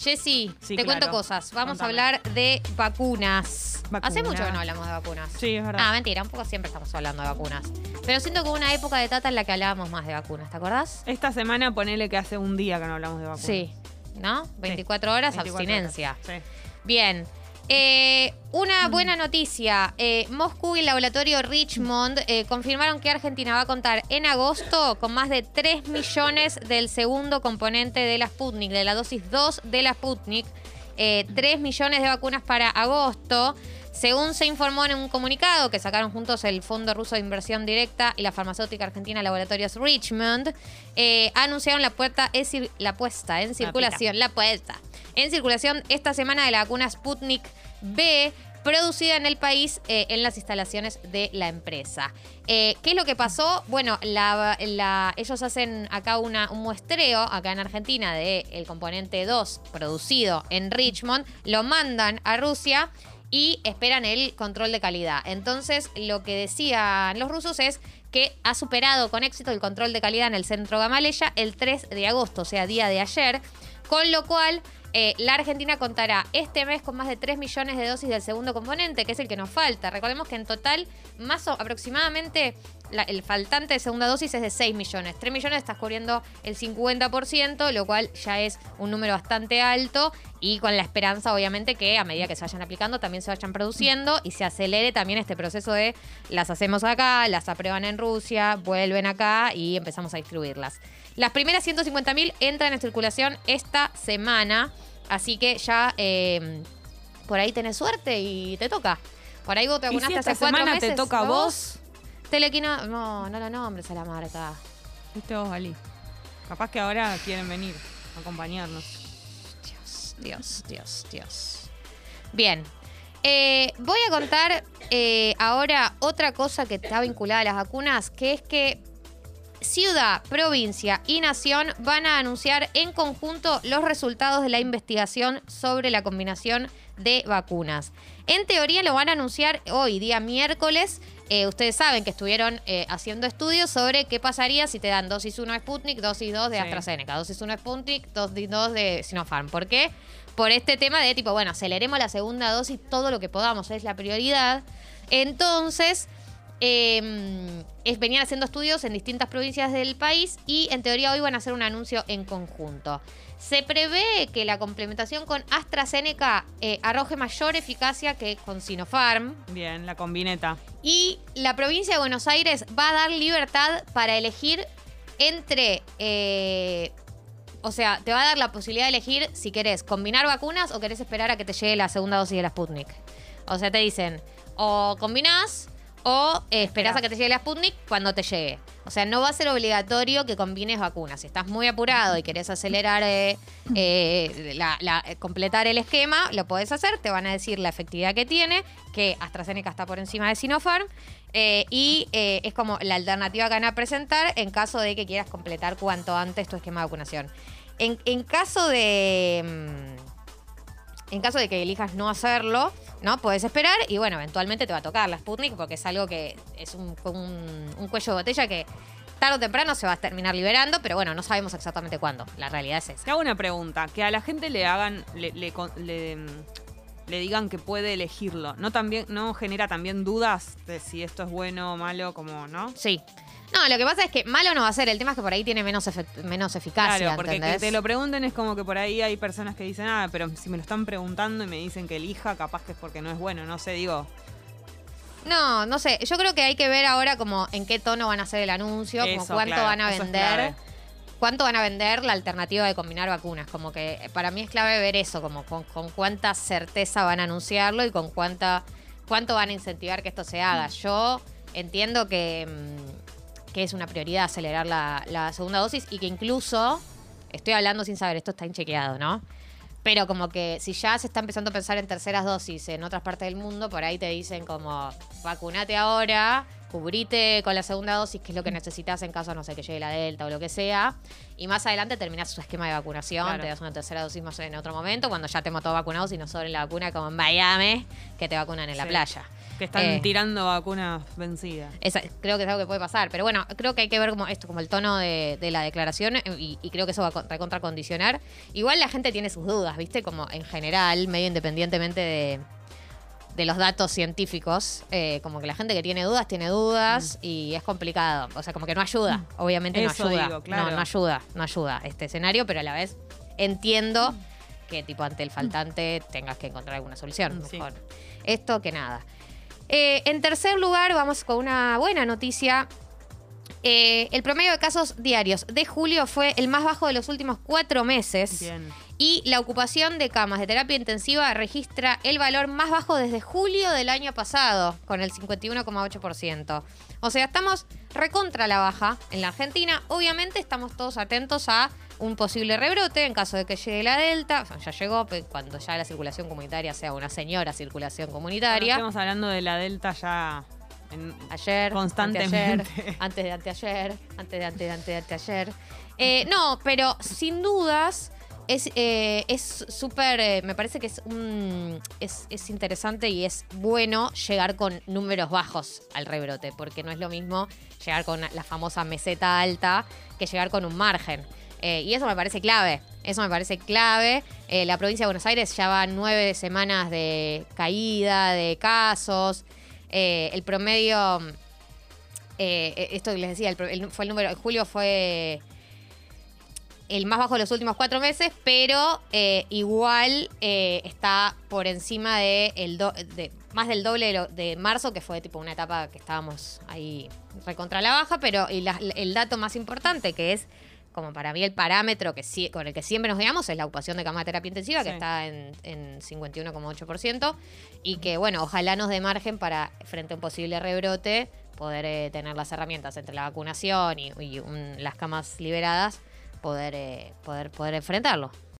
Jessy, Sí, te cuento claro. cosas. Vamos Contame. a hablar de vacunas. Hace Vacunas. mucho que no hablamos de vacunas. Sí, es verdad. Ah, mentira, un poco siempre estamos hablando de vacunas. Pero siento que hubo una época de Tata en la que hablábamos más de vacunas, ¿te acordás? Esta semana ponele que hace un día que no hablamos de vacunas. Sí, ¿no? 24 horas, 24 abstinencia. horas. Sí. Bien. Una buena noticia. Moscú y el laboratorio Richmond confirmaron que Argentina va a contar en agosto con más de 3 millones del segundo componente de la Sputnik, de la dosis 2 de la Sputnik. 3 millones de vacunas para agosto. Según se informó en un comunicado que sacaron juntos el Fondo Ruso de Inversión Directa y la farmacéutica argentina Laboratorios Richmond, anunciaron la puesta en circulación esta semana de la vacuna Sputnik V, producida en el país en las instalaciones de la empresa. ¿Qué es lo que pasó? Bueno, ellos hacen acá un muestreo, acá en Argentina, del componente 2 producido en Richmond, lo mandan a Rusia y esperan el control de calidad. Entonces, lo que decían los rusos es que ha superado con éxito el control de calidad en el centro Gamaleya el 3 de agosto, o sea, día de ayer, con lo cual la Argentina contará este mes con más de 3 millones de dosis del segundo componente, que es el que nos falta. Recordemos que en total, aproximadamente, el faltante de segunda dosis es de 6 millones. 3 millones estás cubriendo el 50%, lo cual ya es un número bastante alto y con la esperanza, obviamente, que a medida que se vayan aplicando también se vayan produciendo y se acelere también este proceso de las hacemos acá, las aprueban en Rusia, vuelven acá y empezamos a distribuirlas. Las primeras 150.000 entran en circulación esta semana, así que ya por ahí tenés suerte y te toca. Por ahí vos te ¿Y si vacunaste esta hace 4 semana meses. te toca a vos? Telequino, no lo nombres a la marca. Viste vos, Ali. Capaz que ahora quieren venir a acompañarnos. Dios. Bien. Voy a contar ahora otra cosa que está vinculada a las vacunas, que es que Ciudad, provincia y nación van a anunciar en conjunto los resultados de la investigación sobre la combinación de vacunas. En teoría lo van a anunciar hoy, día miércoles. Ustedes saben que estuvieron haciendo estudios sobre qué pasaría si te dan dosis 1 de Sputnik, dosis 2 de AstraZeneca, dosis 1 de Sputnik, dosis 2 de Sinopharm. ¿Por qué? Por este tema de tipo, bueno, aceleremos la segunda dosis todo lo que podamos, es la prioridad. Entonces, venían haciendo estudios en distintas provincias del país y en teoría hoy van a hacer un anuncio en conjunto. Se prevé que la complementación con AstraZeneca arroje mayor eficacia que con Sinopharm. Bien, la combineta. Y la provincia de Buenos Aires va a dar libertad para elegir entre... o sea, te va a dar la posibilidad de elegir si querés combinar vacunas o querés esperar a que te llegue la segunda dosis de la Sputnik. O sea, te dicen, o combinás o esperás a que te llegue la Sputnik cuando te llegue. O sea, no va a ser obligatorio que combines vacunas. Si estás muy apurado y querés acelerar, completar el esquema, lo podés hacer. Te van a decir la efectividad que tiene, que AstraZeneca está por encima de Sinopharm. Es como la alternativa que van a presentar en caso de que quieras completar cuanto antes tu esquema de vacunación. En caso de que elijas no hacerlo, ¿no? Podés esperar y, bueno, eventualmente te va a tocar la Sputnik porque es algo que es un cuello de botella que tarde o temprano se va a terminar liberando, pero bueno, no sabemos exactamente cuándo. La realidad es esa. Te hago una pregunta. Que a la gente le hagan, le digan que puede elegirlo. ¿No genera también dudas de si esto es bueno o malo, como, no? Sí. No, lo que pasa es que malo no va a ser. El tema es que por ahí tiene menos eficacia, Claro, porque ¿entendés? que te lo pregunten es como que por ahí hay personas que dicen, pero si me lo están preguntando y me dicen que elija, capaz que es porque no es bueno, no sé, digo. No sé. Yo creo que hay que ver ahora como en qué tono van a hacer el anuncio, como Eso, cuánto claro, van a eso es vender. clave. ¿Cuánto van a vender la alternativa de combinar vacunas? Como que para mí es clave ver eso, como con cuánta certeza van a anunciarlo y con cuánto van a incentivar que esto se haga. Yo entiendo que es una prioridad acelerar la segunda dosis y que incluso, estoy hablando sin saber, esto está inchequeado, ¿no? Pero como que si ya se está empezando a pensar en terceras dosis en otras partes del mundo, por ahí te dicen como, vacunate ahora cubrite con la segunda dosis, que es lo que necesitas en caso, no sé, que llegue la Delta o lo que sea. Y más adelante terminás su esquema de vacunación, Claro. te das una tercera dosis más en otro momento, cuando ya estemos todos vacunados y nos sobre la vacuna, como en Miami, que te vacunan en la Sí. playa. Que están tirando vacunas vencidas. Creo que es algo que puede pasar. Pero bueno, creo que hay que ver como esto, como el tono de la declaración, y creo que eso va a recontracondicionar. Igual la gente tiene sus dudas, ¿viste? Como en general, medio independientemente de los datos científicos, como que la gente que tiene dudas y es complicado. O sea, como que no ayuda. Obviamente Eso no ayuda. digo, claro. No ayuda este escenario, pero a la vez entiendo que tipo ante el faltante tengas que encontrar alguna solución. Sí. Mejor esto que nada. En tercer lugar, vamos con una buena noticia. El promedio de casos diarios de julio fue el más bajo de los últimos 4 meses. Bien. Y la ocupación de camas de terapia intensiva registra el valor más bajo desde julio del año pasado, con el 51,8%. O sea, estamos recontra la baja en la Argentina. Obviamente estamos todos atentos a un posible rebrote en caso de que llegue la Delta. O sea, ya llegó, cuando ya la circulación comunitaria sea una señora circulación comunitaria. Estamos hablando de la Delta ya Ayer, constantemente. antes de anteayer, antes de anteayer. No, pero sin dudas es súper, me parece que es interesante y es bueno llegar con números bajos al rebrote, porque no es lo mismo llegar con la famosa meseta alta que llegar con un margen. Y eso me parece clave. La provincia de Buenos Aires ya va 9 semanas de caída de casos. El promedio, esto que les decía, fue el número, en julio fue el más bajo de los últimos 4 meses, pero igual está por encima de más del doble de marzo, que fue tipo una etapa que estábamos ahí recontra la baja, pero el dato más importante, que es como para mí el parámetro con el que siempre nos guiamos, es la ocupación de cama de terapia intensiva, que está en 51,8%, y que, bueno, ojalá nos dé margen para, frente a un posible rebrote, poder tener las herramientas entre la vacunación y las camas liberadas, poder enfrentarlo.